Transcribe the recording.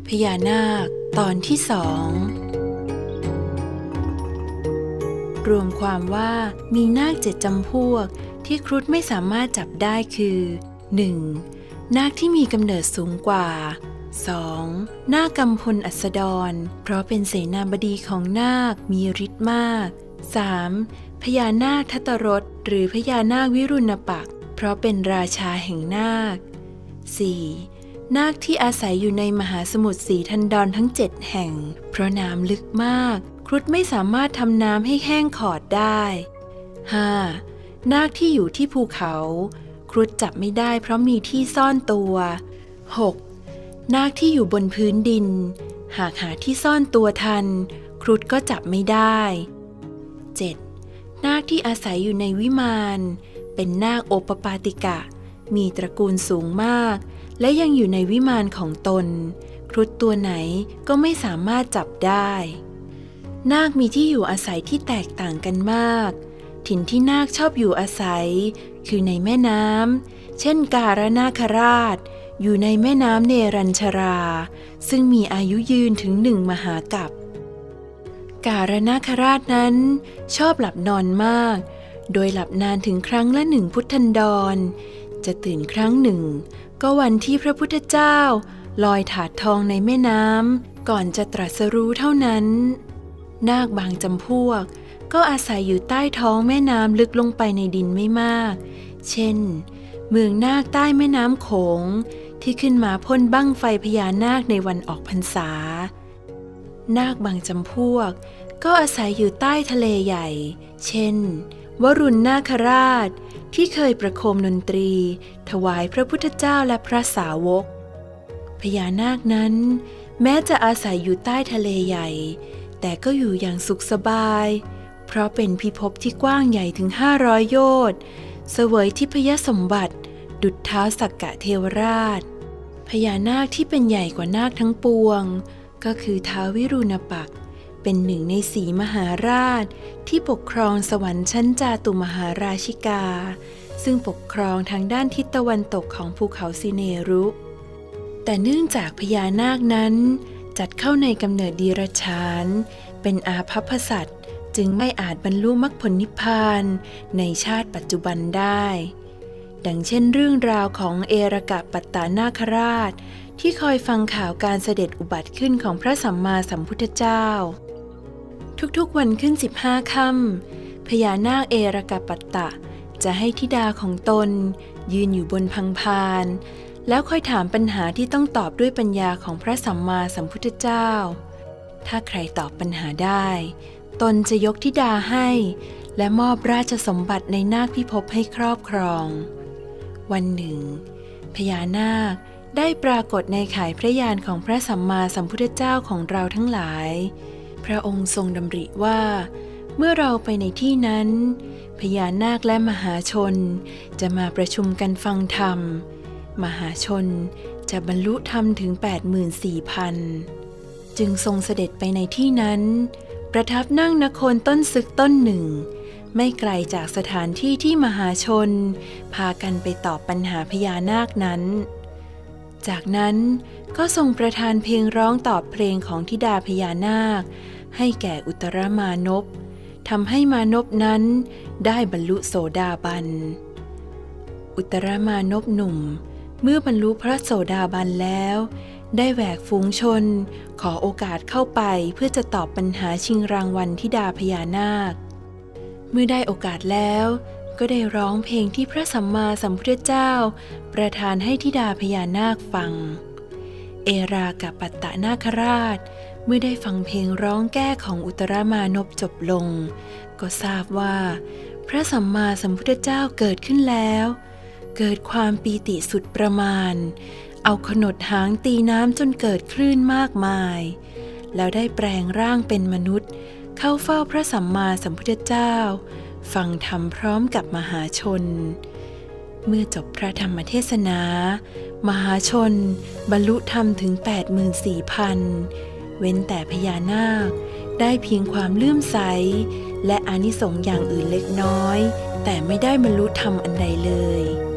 พญานาคตอนที่สองรวมความว่ามีนาค7 จำพวกที่ครุฑไม่สามารถจับได้คือ 1. นาคที่มีกำเนิดสูงกว่า 2. นาคกำพลอัสดรเพราะเป็นเสนาบดีของนาคมีฤทธิ์มาก 3. พญานาคทัตตรสหรือพญานาควิรุณปักษ์เพราะเป็นราชาแห่งนาค 4. นาคที่อาศัยอยู่ในมหาสมุทรสีทันดรทั้ง7 แห่งเพราะน้ำลึกมากครุฑไม่สามารถทำน้ำให้แห้งขอดได้ 5. นาคที่อยู่ที่ภูเขาครุฑจับไม่ได้เพราะมีที่ซ่อนตัว 6. นาคที่อยู่บนพื้นดินหากหาที่ซ่อนตัวทันครุฑก็จับไม่ได้ 7. นาคที่อาศัยอยู่ในวิมานเป็นนาคโอปปาติกะมีตระกูลสูงมากและยังอยู่ในวิมานของตนครุฑตัวไหนก็ไม่สามารถจับได้นาคมีที่อยู่อาศัยที่แตกต่างกันมากถิ่นที่นาคชอบอยู่อาศัยคือในแม่น้ำเช่นการนาคราชอยู่ในแม่น้ำเนรัญชราซึ่งมีอายุยืนถึง1 มหากัปการนาคราชนั้นชอบหลับนอนมากโดยหลับนานถึงครั้งละ1 พุทธันดรจะตื่นครั้งหนึ่งก็วันที่พระพุทธเจ้าลอยถาดทองในแม่น้ำก่อนจะตรัสรู้เท่านั้นนาคบางจำพวกก็อาศัยอยู่ใต้ท้องแม่น้ำลึกลงไปในดินไม่มากเช่นเมืองนาคใต้แม่น้ำโขงที่ขึ้นมาพ่นบั้งไฟพญานาคในวันออกพรรษานาคบางจำพวกก็อาศัยอยู่ใต้ทะเลใหญ่เช่นวรุณนาคราชที่เคยประโคมดนตรีถวายพระพุทธเจ้าและพระสาวกพญานาคนั้นแม้จะอาศัยอยู่ใต้ทะเลใหญ่แต่ก็อยู่อย่างสุขสบายเพราะเป็นพิภพที่กว้างใหญ่ถึง500 โยชน์เสวยทิพยสมบัติดุจท้าวสักกะเทวราชพญานาคที่เป็นใหญ่กว่านาคทั้งปวงก็คือท้าววิรุณปักษ์เป็น1 ใน 4 มหาราชที่ปกครองสวรรค์ชั้นจาตุมหาราชิกาซึ่งปกครองทางด้านทิศตะวันตกของภูเขาสิเนรุแต่เนื่องจากพญานาคนั้นจัดเข้าในกำเนิดดีรฉานเป็นอาภัพสัตว์จึงไม่อาจบรรลุมรรคผลนิพพานในชาติปัจจุบันได้ดังเช่นเรื่องราวของเอระกะปัตตานาคราชที่คอยฟังข่าวการเสด็จอุบัติขึ้นของพระสัมมาสัมพุทธเจ้าทุกๆวันขึ้น15 ค่ำพญานาคเอระกะปัตตะจะให้ธิดาของตนยืนอยู่บนพังพานแล้วค่อยถามปัญหาที่ต้องตอบด้วยปัญญาของพระสัมมาสัมพุทธเจ้าถ้าใครตอบปัญหาได้ตนจะยกธิดาให้และมอบราชสมบัติในนาคพิภพให้ครอบครองวันหนึ่งพญานาคได้ปรากฏในข่ายพระยานของพระสัมมาสัมพุทธเจ้าของเราทั้งหลายพระองค์ทรงดำริว่าเมื่อเราไปในที่นั้นพญานาคและมหาชนจะมาประชุมกันฟังธรรมมหาชนจะบรรลุธรรมถึง 84,000 จึงทรงเสด็จไปในที่นั้นประทับนั่งณโคนต้นสึกต้นหนึ่งไม่ไกลจากสถานที่ที่มหาชนพากันไปตอบปัญหาพญานาคนั้นจากนั้นก็ทรงประทานเพลงร้องตอบเพลงของธิดาพญานาคให้แก่อุตรมานพทำให้มานพนั้นได้บรรลุโสดาบันอุตรมานพหนุ่มเมื่อบรรลุพระโสดาบันแล้วได้แหวกฝูงชนขอโอกาสเข้าไปเพื่อจะตอบปัญหาชิงรางวัลธิดาพญานาคเมื่อได้โอกาสแล้วก็ได้ร้องเพลงที่พระสัมมาสัมพุทธเจ้าประทานให้ธิดาพญานาคฟังเอรากะปัตตนาคราชเมื่อได้ฟังเพลงร้องแก้ของอุตรมานพจบลงก็ทราบว่าพระสัมมาสัมพุทธเจ้าเกิดขึ้นแล้วเกิดความปีติสุดประมาณเอาขนดหางตีน้ำจนเกิดคลื่นมากมายแล้วได้แปลงร่างเป็นมนุษย์เข้าเฝ้าพระสัมมาสัมพุทธเจ้าฟังธรรมพร้อมกับมหาชนเมื่อจบพระธรรมเทศนามหาชนบรรลุธรรมถึง 84,000 เว้นแต่พญานาคได้เพียงความเลื่อมใสและอานิสงส์อย่างอื่นเล็กน้อยแต่ไม่ได้บรรลุธรรมอันใดเลย